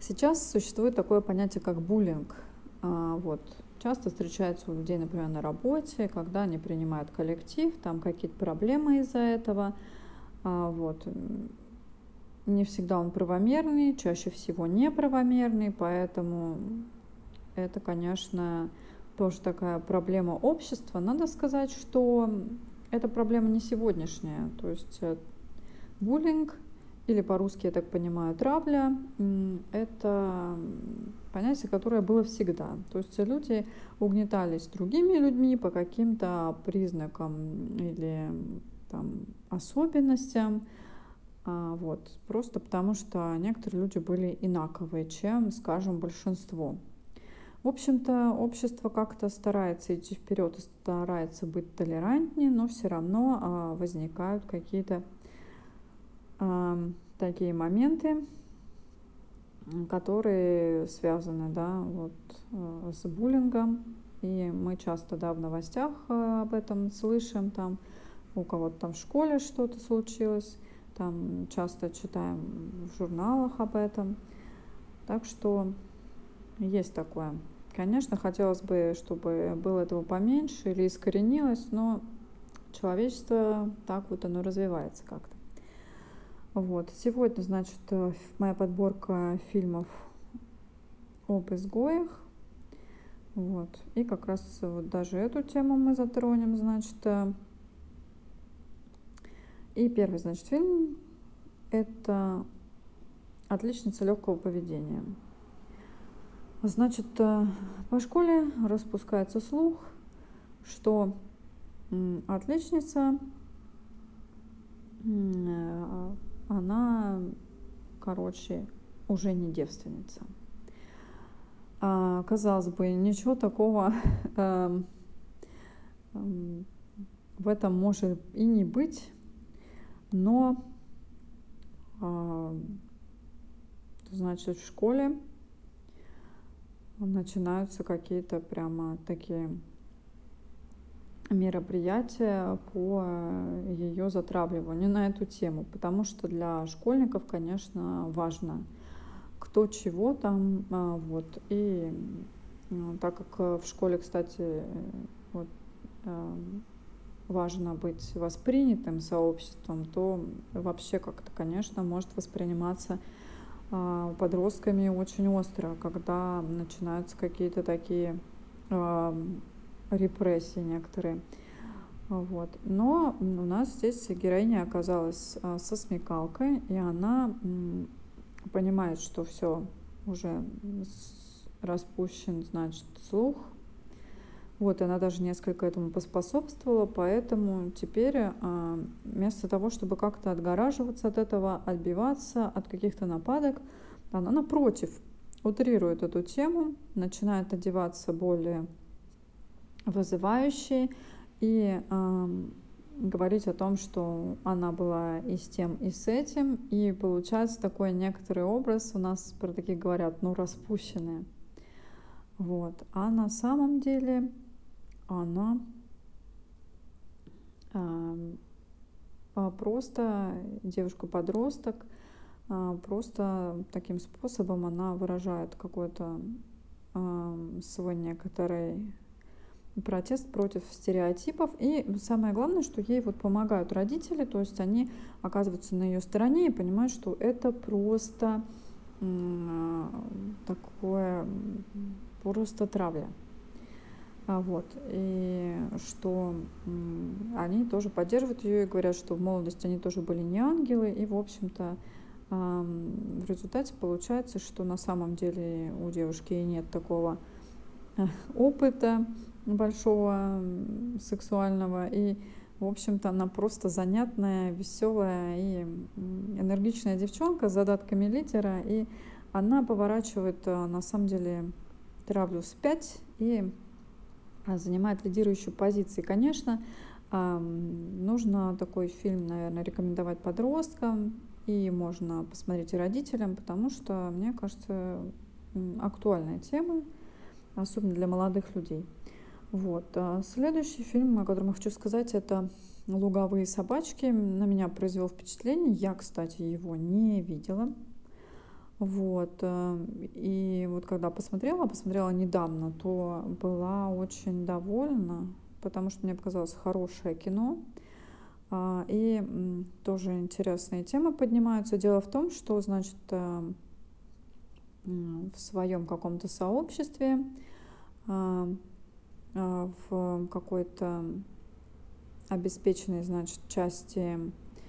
Сейчас существует такое понятие, как буллинг. Вот. Часто встречается у людей, например, на работе, когда они принимают коллектив, там какие-то проблемы из-за этого. Вот. Не всегда он правомерный, чаще всего неправомерный, поэтому это, конечно, тоже такая проблема общества. Надо сказать, что эта проблема не сегодняшняя. То есть буллинг, или по-русски, я так понимаю, травля, это понятие, которое было всегда. То есть люди угнетались другими людьми по каким-то признакам или там, особенностям. Вот. Просто потому, что некоторые люди были инаковые, чем, скажем, большинство. В общем-то, общество как-то старается идти вперед и старается быть толерантнее, но все равно возникают какие-то такие моменты, которые связаны, да, вот, с буллингом. И мы часто, да, в новостях об этом слышим, там у кого-то там в школе что-то случилось, там часто читаем в журналах об этом. Так что есть такое. Конечно, хотелось бы, чтобы было этого поменьше или искоренилось, но человечество так вот оно развивается как-то. Вот. Сегодня, значит, моя подборка фильмов об изгоях. Вот. И как раз вот даже эту тему мы затронем, значит. И первый, значит, фильм – это «Отличница легкого поведения». Значит, по школе распускается слух, что отличница, она, короче, уже не девственница. Казалось бы, ничего такого в этом может и не быть, но, значит, в школе начинаются какие-то прямо такие мероприятия по ее затравливанию на эту тему, потому что для школьников, конечно, важно, кто чего там, вот, и так как в школе, кстати, вот, важно быть воспринятым сообществом, то вообще как-то, конечно, может восприниматься подростками очень остро, когда начинаются какие-то такие репрессии некоторые. Вот. Но у нас здесь героиня оказалась со смекалкой, и она понимает, что все уже распущен, значит, слух. Вот, она даже несколько этому поспособствовала, поэтому теперь вместо того, чтобы как-то отгораживаться от этого, отбиваться от каких-то нападок, она, напротив, утрирует эту тему, начинает одеваться более вызывающе и говорить о том, что она была и с тем, и с этим, и получается такой некоторый образ, у нас про таких говорят, ну, распущенные. Вот. А на самом деле она просто девушка-подросток, просто таким способом она выражает какой-то свой некоторый протест против стереотипов. И самое главное, что ей вот помогают родители, то есть они оказываются на ее стороне и понимают, что это просто такое, просто травля. Вот. И что они тоже поддерживают ее и говорят, что в молодости они тоже были не ангелы. И, в общем-то, в результате получается, что на самом деле у девушки нет такого опыта большого сексуального. И, в общем-то, она просто занятная, веселая и энергичная девчонка с задатками лидера. И она поворачивает, на самом деле, травлю вспять и занимает лидирующую позицию. И, конечно, нужно такой фильм, наверное, рекомендовать подросткам, и можно посмотреть и родителям, потому что, мне кажется, актуальная тема, особенно для молодых людей. Вот. Следующий фильм, о котором я хочу сказать, это «Луговые собачки». На меня произвел впечатление. Я, кстати, его не видела. Вот. И вот когда посмотрела недавно, то была очень довольна, потому что мне показалось хорошее кино. И тоже интересные темы поднимаются. Дело в том, что, значит, в своем каком-то сообществе, а, в какой-то обеспеченной, значит, части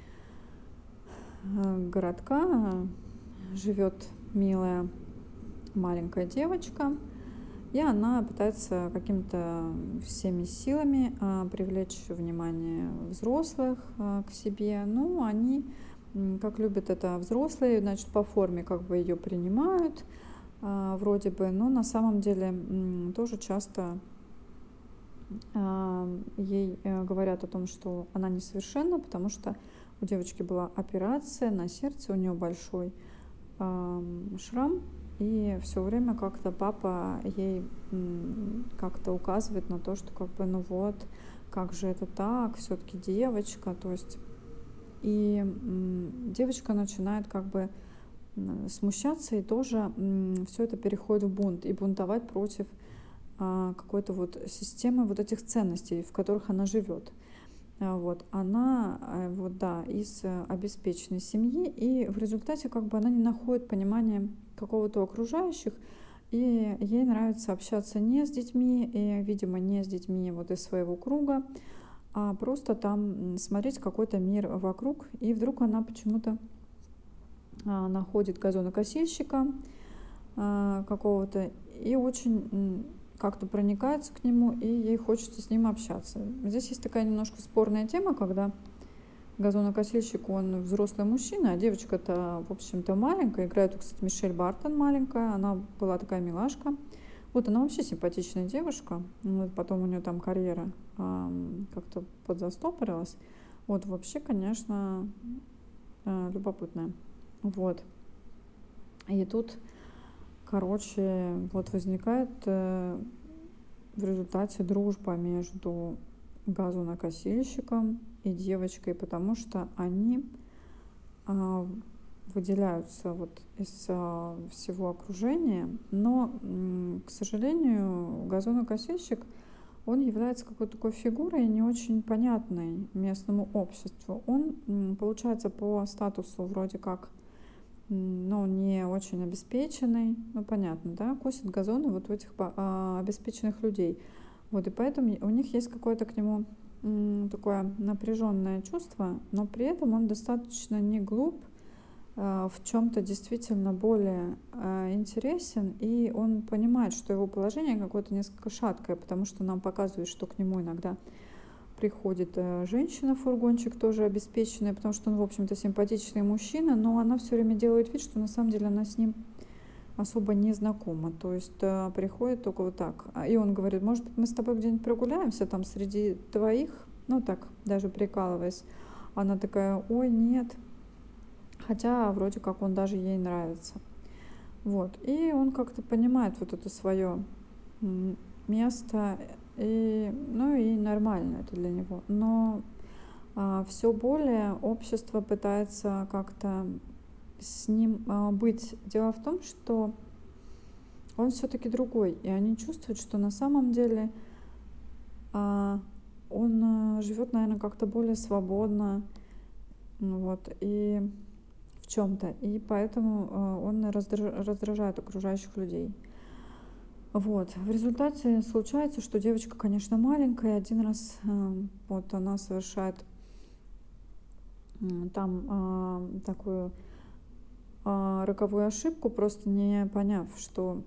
городка живет милая маленькая девочка, и она пытается какими-то всеми силами привлечь внимание взрослых к себе. Ну, они, как любят это взрослые, значит, по форме как бы ее принимают, вроде бы, но на самом деле тоже часто ей говорят о том, что она несовершенна, потому что у девочки была операция на сердце, у нее большой шрам, и все время как-то папа ей как-то указывает на то, что как бы, ну вот, как же это так, все-таки девочка, то есть, и девочка начинает как бы смущаться, и тоже все это переходит в бунт, и бунтовать против какой-то вот системы вот этих ценностей, в которых она живет. Вот, она, вот, да, из обеспеченной семьи, и в результате как бы она не находит понимания какого-то окружающих, и ей нравится общаться не с детьми, и, видимо, не с детьми вот из своего круга, а просто там смотреть какой-то мир вокруг, и вдруг она почему-то находит газонокосильщика какого-то и очень как-то проникается к нему, и ей хочется с ним общаться. Здесь есть такая немножко спорная тема, когда газонокосильщик, он взрослый мужчина, а девочка-то, в общем-то, маленькая. Играет, кстати, Мишель Бартон маленькая, она была такая милашка. Вот она вообще симпатичная девушка. Вот потом у нее там карьера как-то подзастопорилась. Вот вообще, конечно, любопытная. Вот. И тут, короче, вот возникает в результате дружба между газонокосильщиком и девочкой, потому что они выделяются вот из всего окружения, но, к сожалению, газонокосильщик, он является какой-то такой фигурой не очень понятной местному обществу. Он, получается, по статусу вроде как, ну, не очень обеспеченный, ну, понятно, да, косит газоны вот у этих обеспеченных людей. Вот, и поэтому у них есть какое-то к нему такое напряженное чувство, но при этом он достаточно не глуп, в чем-то действительно более интересен, и он понимает, что его положение какое-то несколько шаткое, потому что нам показывают, что к нему иногда приходит женщина-фургончик, тоже обеспеченная, потому что он, в общем-то, симпатичный мужчина, но она все время делает вид, что на самом деле она с ним особо не знакома. То есть приходит только вот так. И он говорит, может быть, мы с тобой где-нибудь прогуляемся там среди твоих? Ну так, даже прикалываясь. Она такая, ой, нет. Хотя вроде как он даже ей нравится. Вот. И он как-то понимает вот это свое место, и, ну и нормально это для него. Но все более общество пытается как-то с ним быть. Дело в том, что он все-таки другой, и они чувствуют, что на самом деле он живет, наверное, как-то более свободно, вот, и в чем-то, и поэтому он раздражает окружающих людей. Вот. В результате случается, что девочка, конечно, маленькая. Один раз вот она совершает там такую роковую ошибку, просто не поняв, что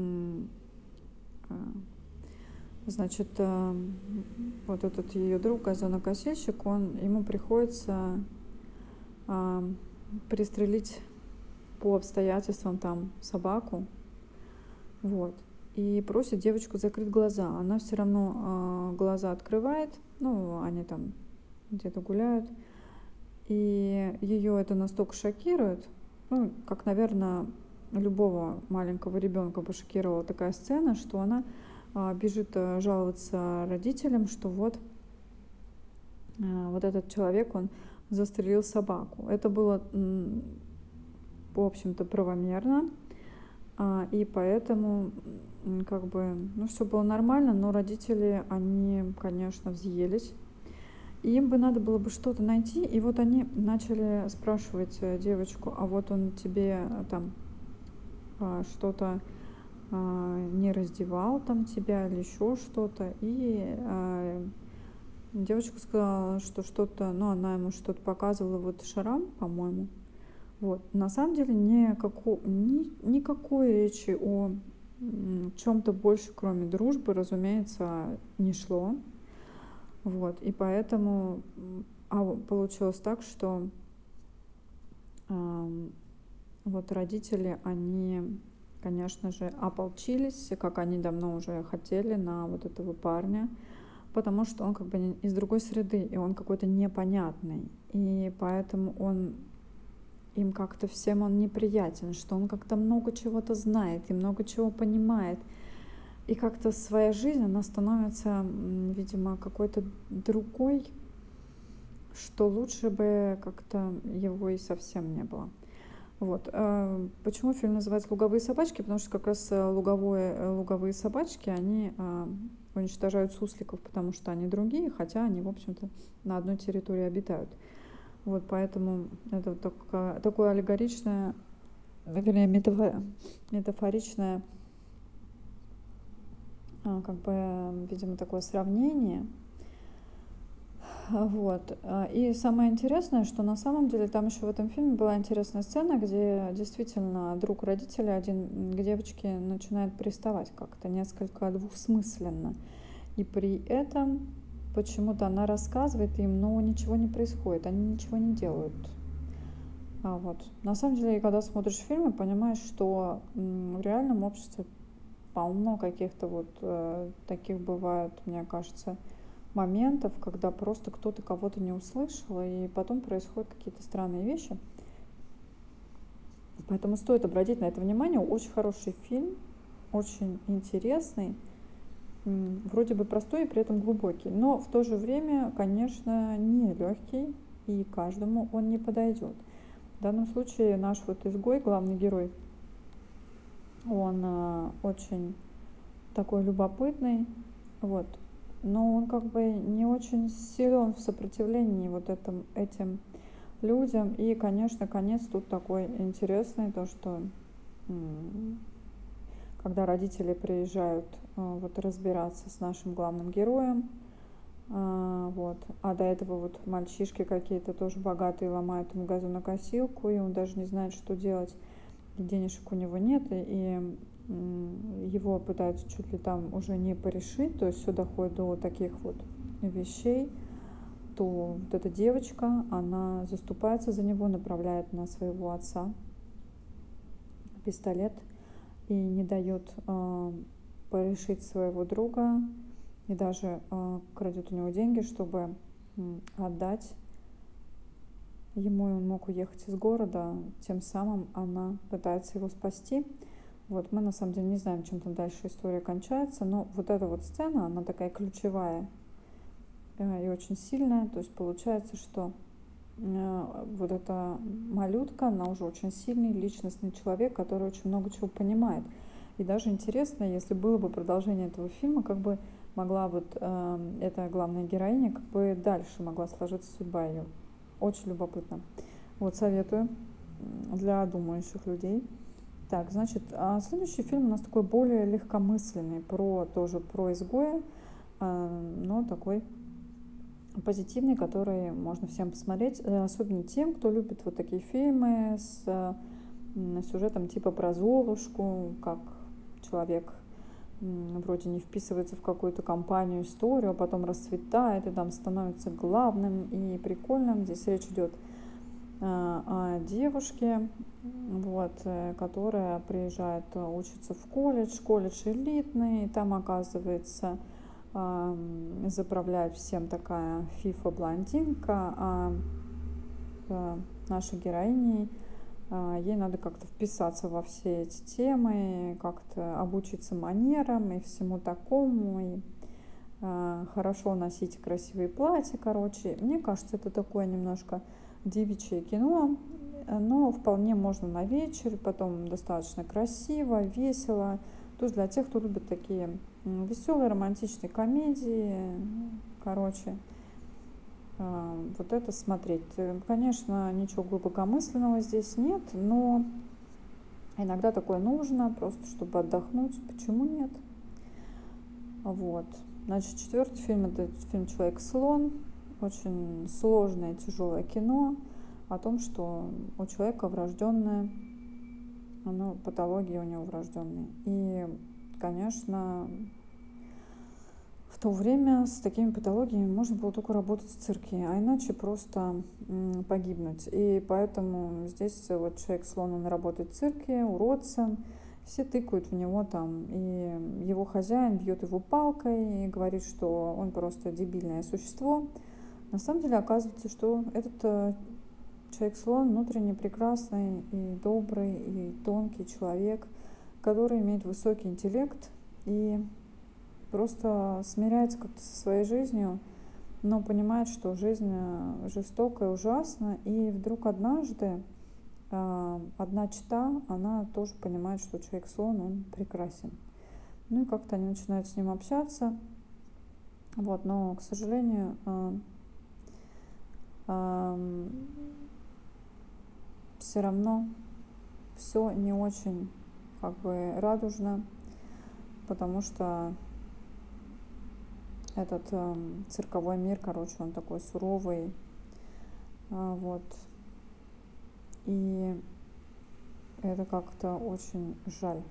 значит, вот этот ее друг, газонокосильщик, ему приходится пристрелить по обстоятельствам там собаку, вот, и просит девочку закрыть глаза. Она все равно глаза открывает, ну, они там где-то гуляют, и ее это настолько шокирует, ну, как, наверное, любого маленького ребенка бы шокировала такая сцена, что она бежит жаловаться родителям, что вот этот человек, он застрелил собаку. Это было в общем-то, правомерно. И поэтому, как бы, ну, все было нормально, но родители, они, конечно, взъелись. И им бы надо было бы что-то найти, и вот они начали спрашивать девочку: а вот он тебе там что-то не раздевал там тебя или еще что-то. И девочка сказала, что что-то, ну, она ему что-то показывала, вот шрам, по-моему. Вот. На самом деле никакой речи о чем-то больше, кроме дружбы, разумеется, не шло. Вот. И поэтому получилось так, что вот родители, они, конечно же, ополчились, как они давно уже хотели, на вот этого парня, потому что он как бы из другой среды, и он какой-то непонятный. И поэтому им как-то всем он неприятен, что он как-то много чего-то знает и много чего понимает. И как-то своя жизнь, она становится, видимо, какой-то другой, что лучше бы как-то его и совсем не было. Вот. Почему фильм называется «Луговые собачки»? Потому что как раз луговые собачки, они уничтожают сусликов, потому что они другие, хотя они, в общем-то, на одной территории обитают. Вот поэтому это такое аллегоричное, вернее, метафоричное, как бы, видимо, такое сравнение. Вот. И самое интересное, что на самом деле там еще в этом фильме была интересная сцена, где действительно друг родителя один к девочке начинает приставать как-то несколько двусмысленно. И при этом почему-то она рассказывает им, но ничего не происходит, они ничего не делают. Вот. На самом деле, когда смотришь фильмы, понимаешь, что в реальном обществе полно каких-то вот таких бывает, мне кажется, моментов, когда просто кто-то кого-то не услышал, и потом происходят какие-то странные вещи. Поэтому стоит обратить на это внимание. Очень хороший фильм, очень интересный, вроде бы простой и при этом глубокий, но в то же время, конечно, не легкий, и каждому он не подойдет. В данном случае наш вот изгой, главный герой, он очень такой любопытный, вот, но он как бы не очень силен в сопротивлении вот этим людям. И, конечно, конец тут такой интересный, то что когда родители приезжают вот разбираться с нашим главным героем, вот, а до этого вот мальчишки какие-то тоже богатые ломают ему газонокосилку, и он даже не знает, что делать, и денежек у него нет, и его пытаются чуть ли там уже не порешить, то есть все доходит до таких вот вещей, то вот эта девочка, она заступается за него, направляет на своего отца пистолет и не дает порешить своего друга, и даже крадет у него деньги, чтобы отдать ему, и он мог уехать из города. Тем самым она пытается его спасти. Вот, мы на самом деле не знаем, чем там дальше история кончается, но вот эта вот сцена, она такая ключевая и очень сильная. То есть получается, что вот эта малютка, она уже очень сильный личностный человек, который очень много чего понимает. И даже интересно, если было бы продолжение этого фильма, как бы могла вот эта главная героиня, как бы дальше могла сложиться судьба ее. Очень любопытно. Вот, советую для думающих людей. Так, значит, следующий фильм у нас такой более легкомысленный, тоже про изгоя, но такой позитивный, который можно всем посмотреть, особенно тем, кто любит вот такие фильмы с сюжетом типа про Золушку, как человек вроде не вписывается в какую-то компанию, историю, а потом расцветает и там становится главным и прикольным. Здесь речь идет о девушке, вот, которая приезжает учиться в колледж элитный, и там оказывается заправляет всем такая фифа-блондинка, нашей героиней ей надо как-то вписаться во все эти темы, как-то обучиться манерам и всему такому, и хорошо носить красивые платья, короче. Мне кажется, это такое немножко девичье кино, но вполне можно на вечер, потом достаточно красиво, весело. То есть для тех, кто любит такие веселые романтичные комедии, короче, вот это смотреть. Конечно, ничего глубокомысленного здесь нет, но иногда такое нужно, просто чтобы отдохнуть. Почему нет? Вот. Значит, четвертый фильм — это фильм «Человек-слон». Очень сложное, тяжелое кино о том, что у человека врожденная, патология у него врожденная. И, конечно, в то время с такими патологиями можно было только работать в цирке, а иначе просто погибнуть. И поэтому здесь вот человек-слон, он работает в цирке, уродцем, все тыкают в него там, и его хозяин бьет его палкой и говорит, что он просто дебильное существо. На самом деле оказывается, что этот человек-слон внутренне прекрасный и добрый, и тонкий человек, который имеет высокий интеллект и просто смиряется как-то со своей жизнью, но понимает, что жизнь жестокая, ужасна, и вдруг однажды одна чета, она тоже понимает, что человек-слон, он прекрасен. Ну и как-то они начинают с ним общаться, вот, но, к сожалению, все равно все не очень как бы радужно, потому что этот цирковой мир, короче, он такой суровый, вот, и это как-то очень жаль.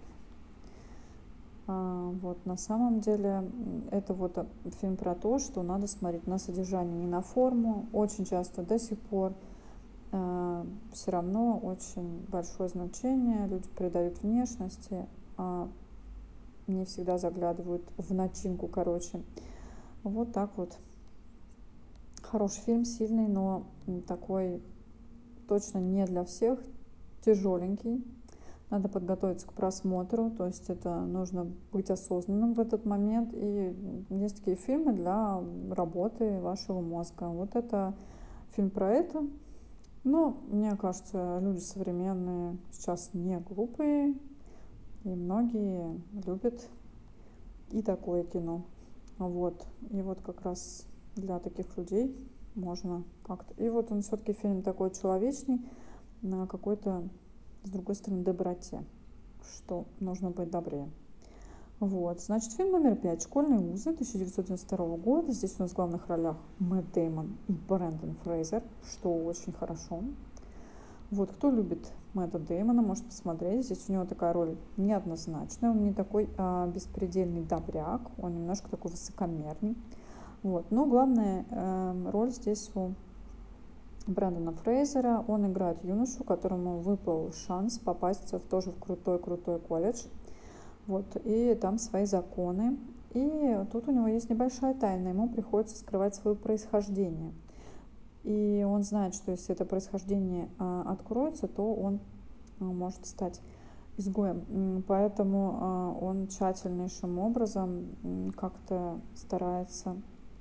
Вот, на самом деле, это вот фильм про то, что надо смотреть на содержание, не на форму. Очень часто до сих пор все равно очень большое значение люди придают внешности, а не всегда заглядывают в начинку, короче. Вот так вот. Хороший фильм, сильный, но такой точно не для всех, тяжеленький. Надо подготовиться к просмотру, то есть это нужно быть осознанным в этот момент. И есть такие фильмы для работы вашего мозга. Вот это фильм про это. Но мне кажется, люди современные сейчас не глупые, и многие любят и такое кино. Вот. И вот как раз для таких людей можно как-то. И вот он все-таки фильм такой человечный, на какой-то, с другой стороны, доброте, что нужно быть добрее. Вот, значит, фильм номер 5 «Школьные узы» 1992 года. Здесь у нас в главных ролях Мэтт Дэймон и Брендан Фрейзер, что очень хорошо. Вот, кто любит Мэтта Дэймона, может посмотреть. Здесь у него такая роль неоднозначная, он не такой беспредельный добряк, он немножко такой высокомерный. Вот, но главная роль здесь у Брэндона Фрейзера. Он играет юношу, которому выпал шанс попасть тоже в крутой-крутой колледж. Вот, и там свои законы. И тут у него есть небольшая тайна, ему приходится скрывать свое происхождение. И он знает, что если это происхождение откроется, то он может стать изгоем. Поэтому он тщательнейшим образом как-то старается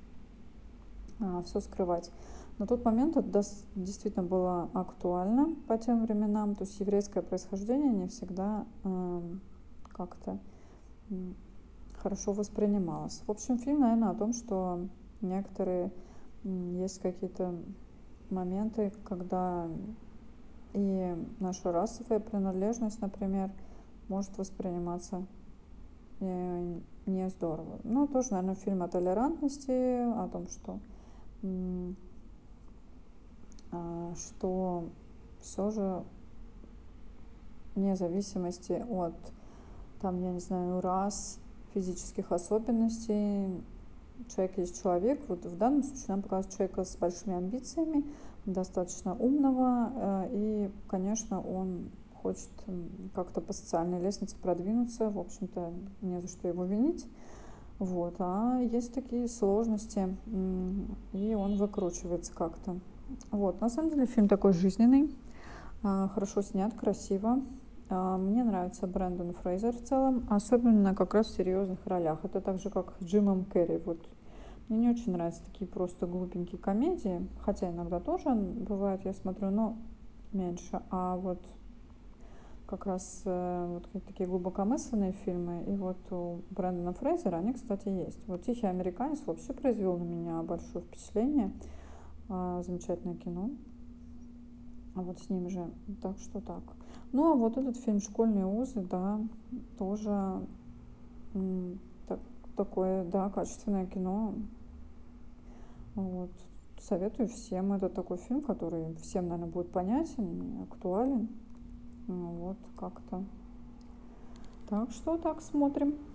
все скрывать. На тот момент это действительно было актуально по тем временам, то есть еврейское происхождение не всегда как-то хорошо воспринималось. В общем, фильм, наверное, о том, что некоторые есть какие-то моменты, когда и наша расовая принадлежность, например, может восприниматься не здорово. Ну, тоже, наверное, фильм о толерантности, о том, что все же вне зависимости от, там, я не знаю, рас, физических особенностей, человек есть человек. Вот в данном случае нам показывают человека с большими амбициями, достаточно умного, и, конечно, он хочет как-то по социальной лестнице продвинуться, в общем-то, не за что его винить. Вот. А есть такие сложности, и он выкручивается как-то. Вот. На самом деле фильм такой жизненный, хорошо снят, красиво. Мне нравится Брэндон Фрейзер в целом, особенно как раз в серьезных ролях. Это так же, как с Джимом Керри. Вот. Мне не очень нравятся такие просто глупенькие комедии, хотя иногда тоже бывает, я смотрю, но меньше. А вот как раз вот такие глубокомысленные фильмы, и вот у Брэндона Фрейзера они, кстати, есть. Вот «Тихий американец» вообще произвел на меня большое впечатление. Замечательное кино. А вот с ним же. Так что так. Ну, а вот этот фильм «Школьные узы», да, тоже так, такое, да, качественное кино. Вот. Советую всем. Это такой фильм, который всем, наверное, будет понятен и актуален. Вот как-то. Так что так смотрим.